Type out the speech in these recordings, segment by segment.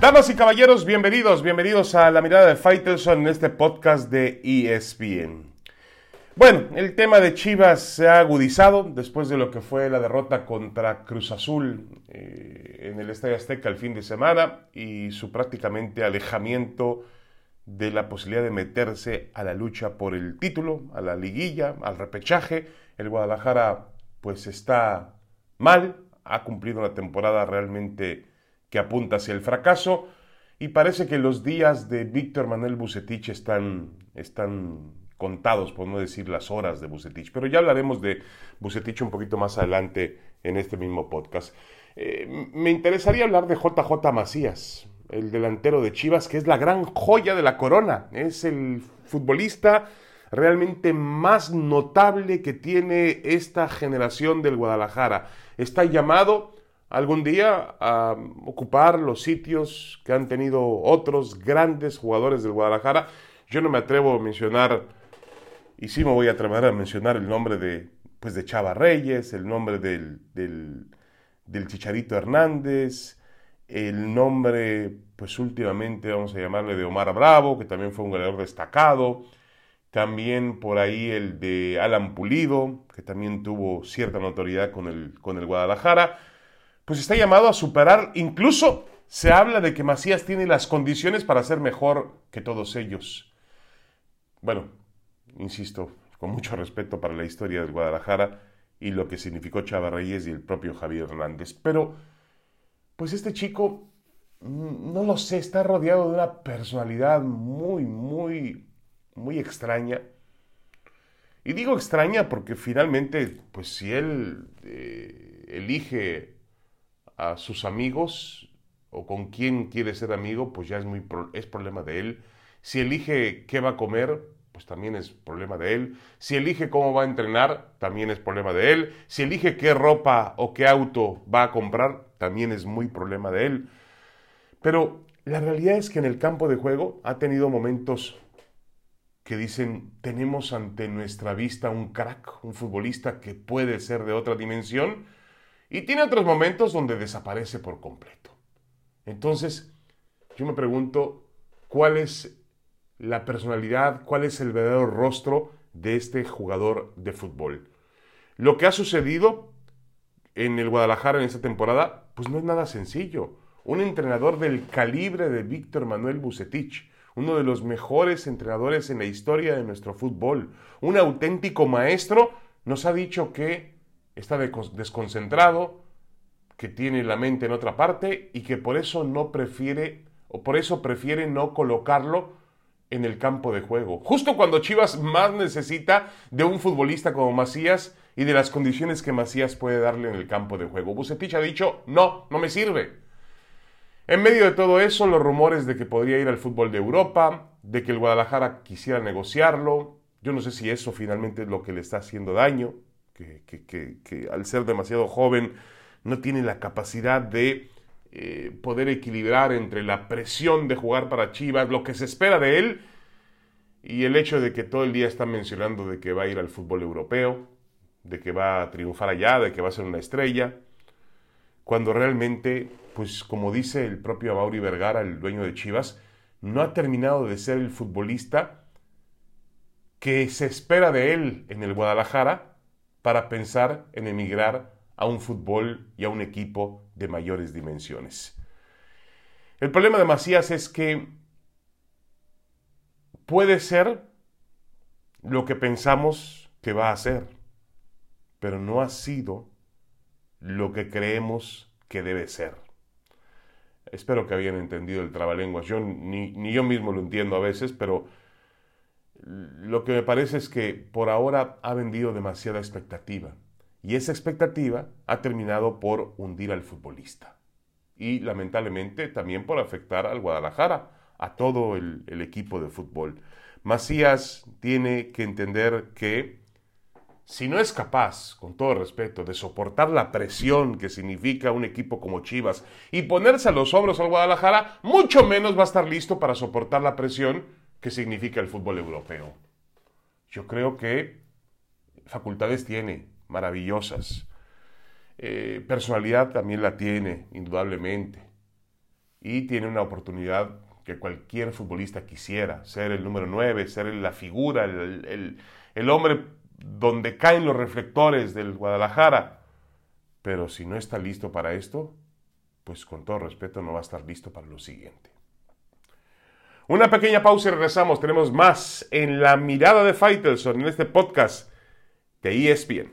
Damas y caballeros, bienvenidos a La Mirada de Faitelson en este podcast de ESPN. Bueno, el tema de Chivas se ha agudizado después de lo que fue la derrota contra Cruz Azul en el Estadio Azteca el fin de semana y su prácticamente alejamiento de la posibilidad de meterse a la lucha por el título, a la liguilla, al repechaje. El Guadalajara pues está mal, ha cumplido una temporada realmente que apunta hacia el fracaso y parece que los días de Víctor Manuel Vucetich están contados, por no decir las horas de Vucetich, pero ya hablaremos de Vucetich un poquito más adelante en este mismo podcast. Me interesaría hablar de JJ Macías, el delantero de Chivas, que es la gran joya de la corona, es el futbolista realmente más notable que tiene esta generación del Guadalajara. Está llamado algún día a ocupar los sitios que han tenido otros grandes jugadores del Guadalajara. Yo no me atrevo a mencionar, y sí me voy a atrever a mencionar el nombre de Chava Reyes, el nombre del Chicharito Hernández, el nombre, pues últimamente vamos a llamarle de Omar Bravo, que también fue un goleador destacado. También por ahí el de Alan Pulido, que también tuvo cierta notoriedad con el Guadalajara. Pues está llamado a superar, incluso se habla de que Macías tiene las condiciones para ser mejor que todos ellos. Bueno, insisto, con mucho respeto para la historia del Guadalajara y lo que significó Chava Reyes y el propio Javier Hernández. Pero, pues este chico, no lo sé, está rodeado de una personalidad muy extraña. Y digo extraña porque finalmente, pues si él elige a sus amigos o con quién quiere ser amigo, pues ya es problema de él. Si elige qué va a comer, pues también es problema de él. Si elige cómo va a entrenar, también es problema de él. Si elige qué ropa o qué auto va a comprar, también es muy problema de él. Pero la realidad es que en el campo de juego ha tenido momentos que dicen, tenemos ante nuestra vista un crack, un futbolista que puede ser de otra dimensión, y tiene otros momentos donde desaparece por completo. Entonces, yo me pregunto, ¿cuál es la personalidad, cuál es el verdadero rostro de este jugador de fútbol? Lo que ha sucedido en el Guadalajara en esta temporada, pues no es nada sencillo. Un entrenador del calibre de Víctor Manuel Vucetich, uno de los mejores entrenadores en la historia de nuestro fútbol, un auténtico maestro, nos ha dicho que está desconcentrado, que tiene la mente en otra parte y que por eso prefiere no colocarlo en el campo de juego. Justo cuando Chivas más necesita de un futbolista como Macías y de las condiciones que Macías puede darle en el campo de juego. Vucetich ha dicho, no me sirve. En medio de todo eso, los rumores de que podría ir al fútbol de Europa, de que el Guadalajara quisiera negociarlo. Yo no sé si eso finalmente es lo que le está haciendo daño, que al ser demasiado joven no tiene la capacidad de poder equilibrar entre la presión de jugar para Chivas, lo que se espera de él, y el hecho de que todo el día está mencionando de que va a ir al fútbol europeo, de que va a triunfar allá, de que va a ser una estrella, cuando realmente, pues como dice el propio Amaury Vergara, el dueño de Chivas, no ha terminado de ser el futbolista que se espera de él en el Guadalajara para pensar en emigrar a un fútbol y a un equipo de mayores dimensiones. El problema de Macías es que puede ser lo que pensamos que va a ser, pero no ha sido lo que creemos que debe ser. Espero que hayan entendido el trabalenguas. Yo ni yo mismo lo entiendo a veces, pero lo que me parece es que por ahora ha vendido demasiada expectativa. Y esa expectativa ha terminado por hundir al futbolista. Y lamentablemente también por afectar al Guadalajara, a todo el equipo de fútbol. Macías tiene que entender que si no es capaz, con todo respeto, de soportar la presión que significa un equipo como Chivas y ponerse a los hombros al Guadalajara, mucho menos va a estar listo para soportar la presión que significa el fútbol europeo. Yo creo que facultades tiene, maravillosas. Personalidad también la tiene, indudablemente. y tiene una oportunidad que cualquier futbolista quisiera, ser el número 9, ser la figura, el hombre donde caen los reflectores del Guadalajara. Pero si no está listo para esto, pues con todo respeto no va a estar listo para lo siguiente. Una pequeña pausa y regresamos. Tenemos más en La Mirada de Faitelson en este podcast de ESPN.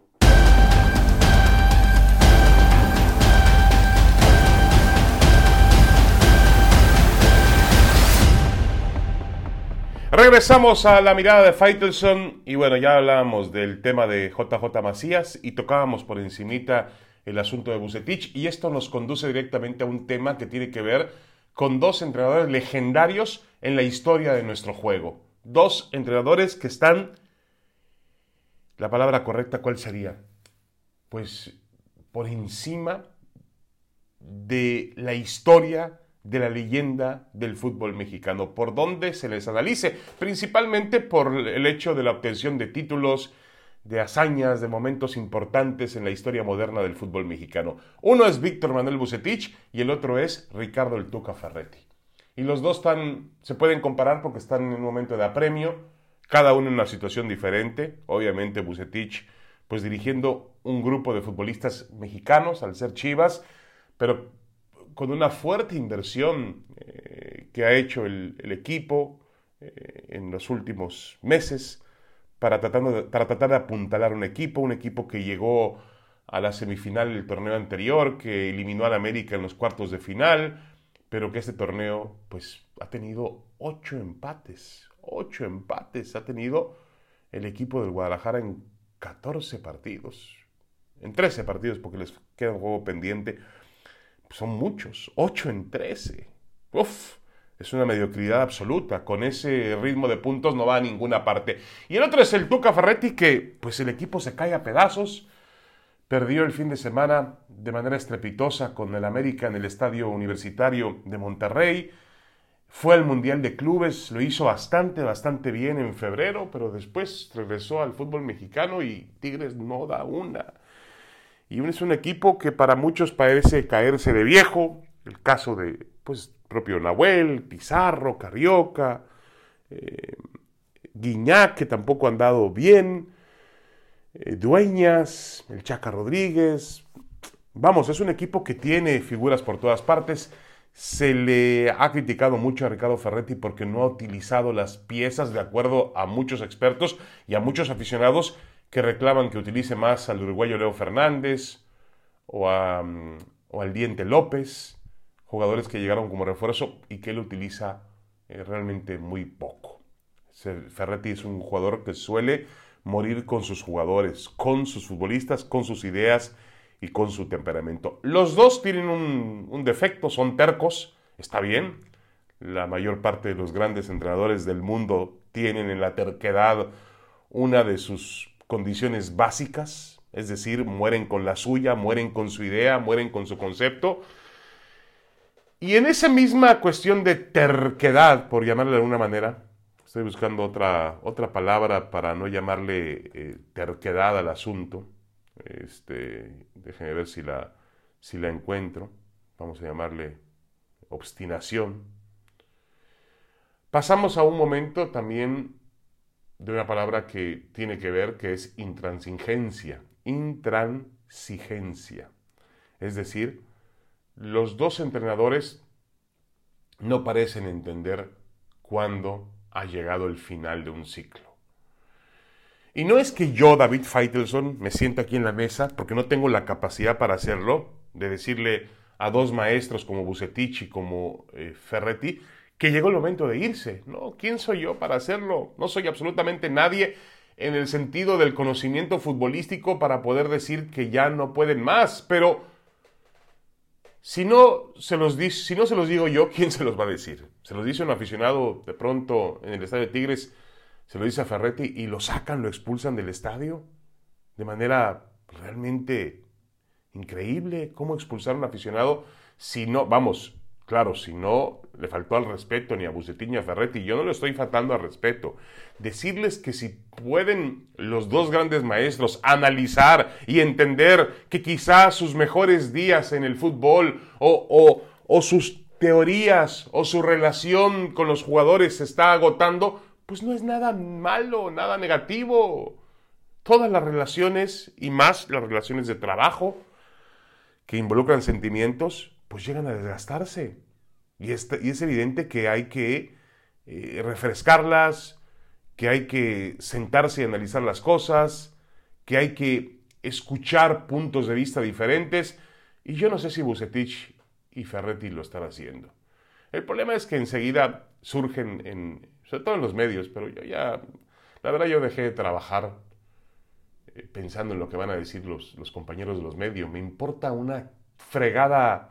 Regresamos a La Mirada de Faitelson y bueno, ya hablábamos del tema de JJ Macías y tocábamos por encimita el asunto de Vucetich, y esto nos conduce directamente a un tema que tiene que ver con dos entrenadores legendarios en la historia de nuestro juego. Dos entrenadores que están, la palabra correcta, ¿cuál sería? Pues por encima de la historia, de la leyenda del fútbol mexicano, por donde se les analice, principalmente por el hecho de la obtención de títulos, de hazañas, de momentos importantes en la historia moderna del fútbol mexicano. Uno es Víctor Manuel Vucetich y el otro es Ricardo El Tuca Ferretti. Y los dos se pueden comparar porque están en un momento de apremio, cada uno en una situación diferente. Obviamente Vucetich pues dirigiendo un grupo de futbolistas mexicanos al ser Chivas, pero con una fuerte inversión que ha hecho el equipo en los últimos meses para tratar de apuntalar un equipo que llegó a la semifinal del torneo anterior, que eliminó al América en los cuartos de final, pero que este torneo pues ha tenido 8 empates ha tenido el equipo del Guadalajara en 14 partidos, en 13 partidos porque les queda un juego pendiente. Son muchos, 8 en 13. Uf, es una mediocridad absoluta. Con ese ritmo de puntos no va a ninguna parte. Y el otro es el Tuca Ferretti, que pues el equipo se cae a pedazos. Perdió el fin de semana de manera estrepitosa con el América en el Estadio Universitario de Monterrey. Fue al Mundial de Clubes, lo hizo bastante bien en febrero, pero después regresó al fútbol mexicano y Tigres no da una. Y es un equipo que para muchos parece caerse de viejo. El caso de, pues, propio Nahuel, Pizarro, Carioca, Guiñac, que tampoco han dado bien, Dueñas, el Chaca Rodríguez. Vamos, es un equipo que tiene figuras por todas partes. Se le ha criticado mucho a Ricardo Ferretti porque no ha utilizado las piezas de acuerdo a muchos expertos y a muchos aficionados que reclaman que utilice más al uruguayo Leo Fernández o al Diente López, jugadores que llegaron como refuerzo y que él utiliza realmente muy poco. Ferretti es un jugador que suele morir con sus jugadores, con sus futbolistas, con sus ideas y con su temperamento. Los dos tienen un defecto, son tercos, está bien. La mayor parte de los grandes entrenadores del mundo tienen en la terquedad una de sus condiciones básicas, es decir, mueren con la suya, mueren con su idea, mueren con su concepto. Y en esa misma cuestión de terquedad, por llamarle de alguna manera, estoy buscando otra palabra para no llamarle terquedad al asunto. Déjenme ver si la encuentro. Vamos a llamarle obstinación. Pasamos a un momento también de una palabra que tiene que ver, que es intransigencia. Intransigencia. Es decir, los dos entrenadores no parecen entender cuándo ha llegado el final de un ciclo. Y no es que yo, David Faitelson, me sienta aquí en la mesa, porque no tengo la capacidad para hacerlo, de decirle a dos maestros como Vucetich y como Ferretti, que llegó el momento de irse. No, ¿quién soy yo para hacerlo? No soy absolutamente nadie en el sentido del conocimiento futbolístico para poder decir que ya no pueden más, pero si no se los digo yo, ¿quién se los va a decir? Se los dice un aficionado de pronto en el estadio de Tigres, se lo dice a Ferretti y lo sacan, lo expulsan del estadio de manera realmente increíble. ¿Cómo expulsar a un aficionado si no, vamos, claro, si no le faltó al respeto ni a Vucetich ni a Ferretti? Yo no le estoy faltando al respeto. Decirles que si pueden los dos grandes maestros analizar y entender que quizás sus mejores días en el fútbol o sus teorías o su relación con los jugadores se está agotando, pues no es nada malo, nada negativo. Todas las relaciones, y más las relaciones de trabajo, que involucran sentimientos, pues llegan a desgastarse. Y es evidente que hay que refrescarlas, que hay que sentarse y analizar las cosas, que hay que escuchar puntos de vista diferentes. Y yo no sé si Vucetich y Ferretti lo están haciendo. El problema es que enseguida surgen, sobre todo en los medios, pero la verdad yo dejé de trabajar pensando en lo que van a decir los compañeros de los medios. Me importa una fregada,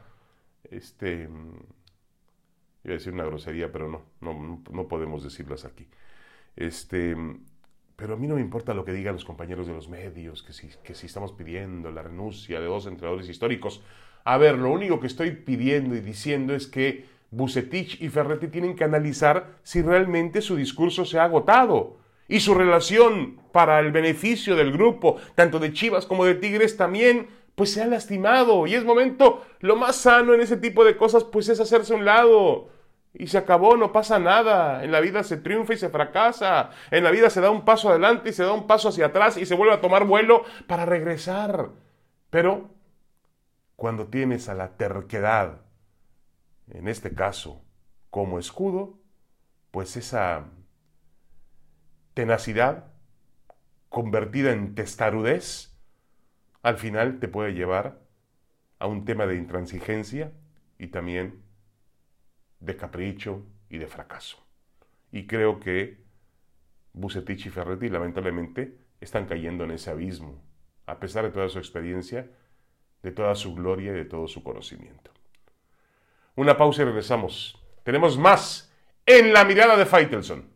iba a decir una grosería, pero no podemos decirlas aquí. Pero a mí no me importa lo que digan los compañeros de los medios, que si estamos pidiendo la renuncia de 2 entrenadores históricos. A ver, lo único que estoy pidiendo y diciendo es que Vucetich y Ferretti tienen que analizar si realmente su discurso se ha agotado. Y su relación para el beneficio del grupo, tanto de Chivas como de Tigres, también pues se ha lastimado. Y es momento, lo más sano en ese tipo de cosas, pues es hacerse a un lado. Y se acabó, no pasa nada. En la vida se triunfa y se fracasa. En la vida se da un paso adelante y se da un paso hacia atrás y se vuelve a tomar vuelo para regresar. Pero cuando tienes a la terquedad, en este caso, como escudo, pues esa tenacidad convertida en testarudez, al final te puede llevar a un tema de intransigencia y también de capricho y de fracaso. Y creo que Vucetich y Ferretti lamentablemente están cayendo en ese abismo, a pesar de toda su experiencia, de toda su gloria y de todo su conocimiento. Una pausa y regresamos. Tenemos más en la mirada de Faitelson.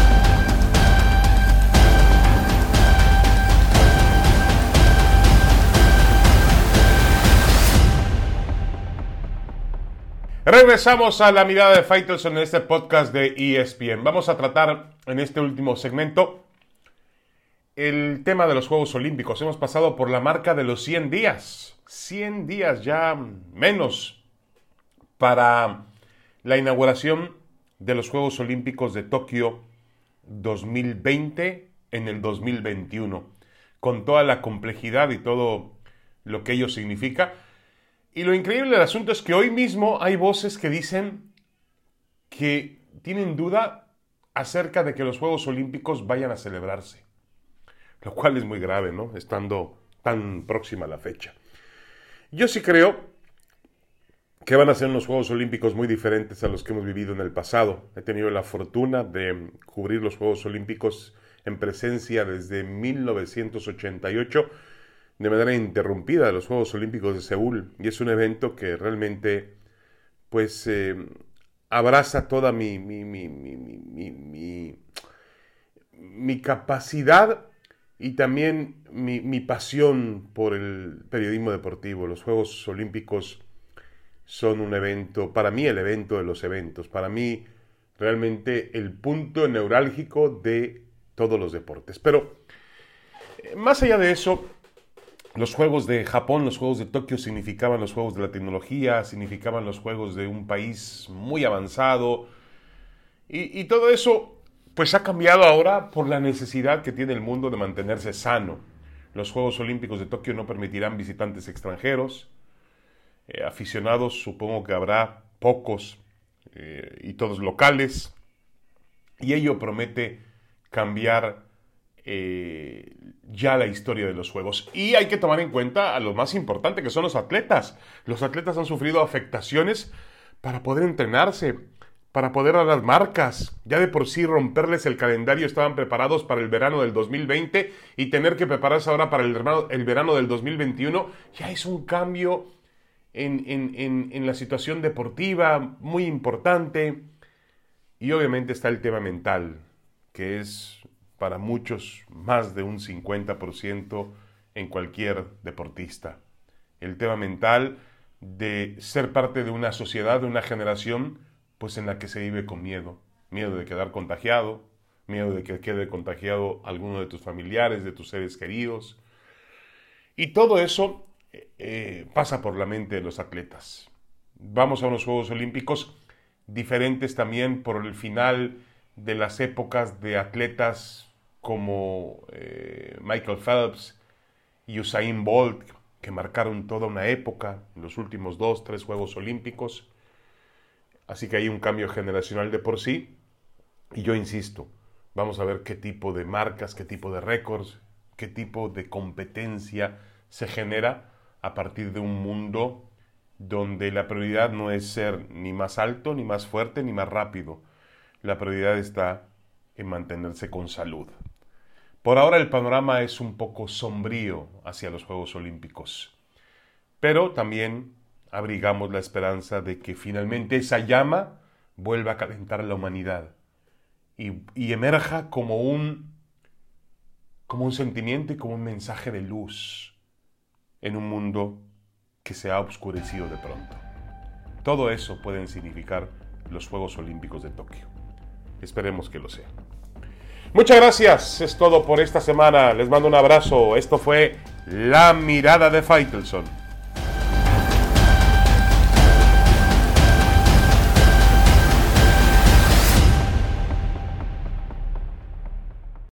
Regresamos a la mirada de Faitelson en este podcast de ESPN. Vamos a tratar en este último segmento el tema de los Juegos Olímpicos. Hemos pasado por la marca de los 100 días. 100 días ya menos para la inauguración de los Juegos Olímpicos de Tokio 2020 en el 2021. Con toda la complejidad y todo lo que ello significa. Y lo increíble del asunto es que hoy mismo hay voces que dicen que tienen duda acerca de que los Juegos Olímpicos vayan a celebrarse. Lo cual es muy grave, ¿no? Estando tan próxima la fecha. Yo sí creo que van a ser unos Juegos Olímpicos muy diferentes a los que hemos vivido en el pasado. He tenido la fortuna de cubrir los Juegos Olímpicos en presencia desde 1988 de manera interrumpida de los Juegos Olímpicos de Seúl, y es un evento que realmente pues abraza toda mi capacidad y también mi pasión por el periodismo deportivo. Los Juegos Olímpicos son un evento, para mí el evento de los eventos, para mí realmente el punto neurálgico de todos los deportes. Pero más allá de eso, los Juegos de Japón, los Juegos de Tokio significaban los Juegos de la tecnología, significaban los Juegos de un país muy avanzado. Y todo eso pues ha cambiado ahora por la necesidad que tiene el mundo de mantenerse sano. Los Juegos Olímpicos de Tokio no permitirán visitantes extranjeros. Aficionados supongo que habrá pocos y todos locales. Y ello promete cambiar ya la historia de los Juegos. Y hay que tomar en cuenta a lo más importante, que son los atletas. Los atletas han sufrido afectaciones para poder entrenarse, para poder dar marcas. Ya de por sí romperles el calendario, estaban preparados para el verano del 2020 y tener que prepararse ahora para el verano del 2021, ya es un cambio en la situación deportiva muy importante. Y obviamente está el tema mental, que es para muchos más de un 50% en cualquier deportista. El tema mental de ser parte de una sociedad, de una generación, pues en la que se vive con miedo. Miedo de quedar contagiado, miedo de que quede contagiado alguno de tus familiares, de tus seres queridos. Y todo eso pasa por la mente de los atletas. Vamos a unos Juegos Olímpicos diferentes también por el final de las épocas de atletas como Michael Phelps y Usain Bolt, que marcaron toda una época en los últimos 2, 3 Juegos Olímpicos. Así que hay un cambio generacional de por sí. Y yo insisto, vamos a ver qué tipo de marcas, qué tipo de récords, qué tipo de competencia se genera a partir de un mundo donde la prioridad no es ser ni más alto, ni más fuerte, ni más rápido. La prioridad está en mantenerse con salud. Por ahora el panorama es un poco sombrío hacia los Juegos Olímpicos, pero también abrigamos la esperanza de que finalmente esa llama vuelva a calentar a la humanidad y emerja como un sentimiento y como un mensaje de luz en un mundo que se ha oscurecido de pronto. Todo eso pueden significar los Juegos Olímpicos de Tokio. Esperemos que lo sea. Muchas gracias, es todo por esta semana. Les mando un abrazo. Esto fue La Mirada de Faitelson.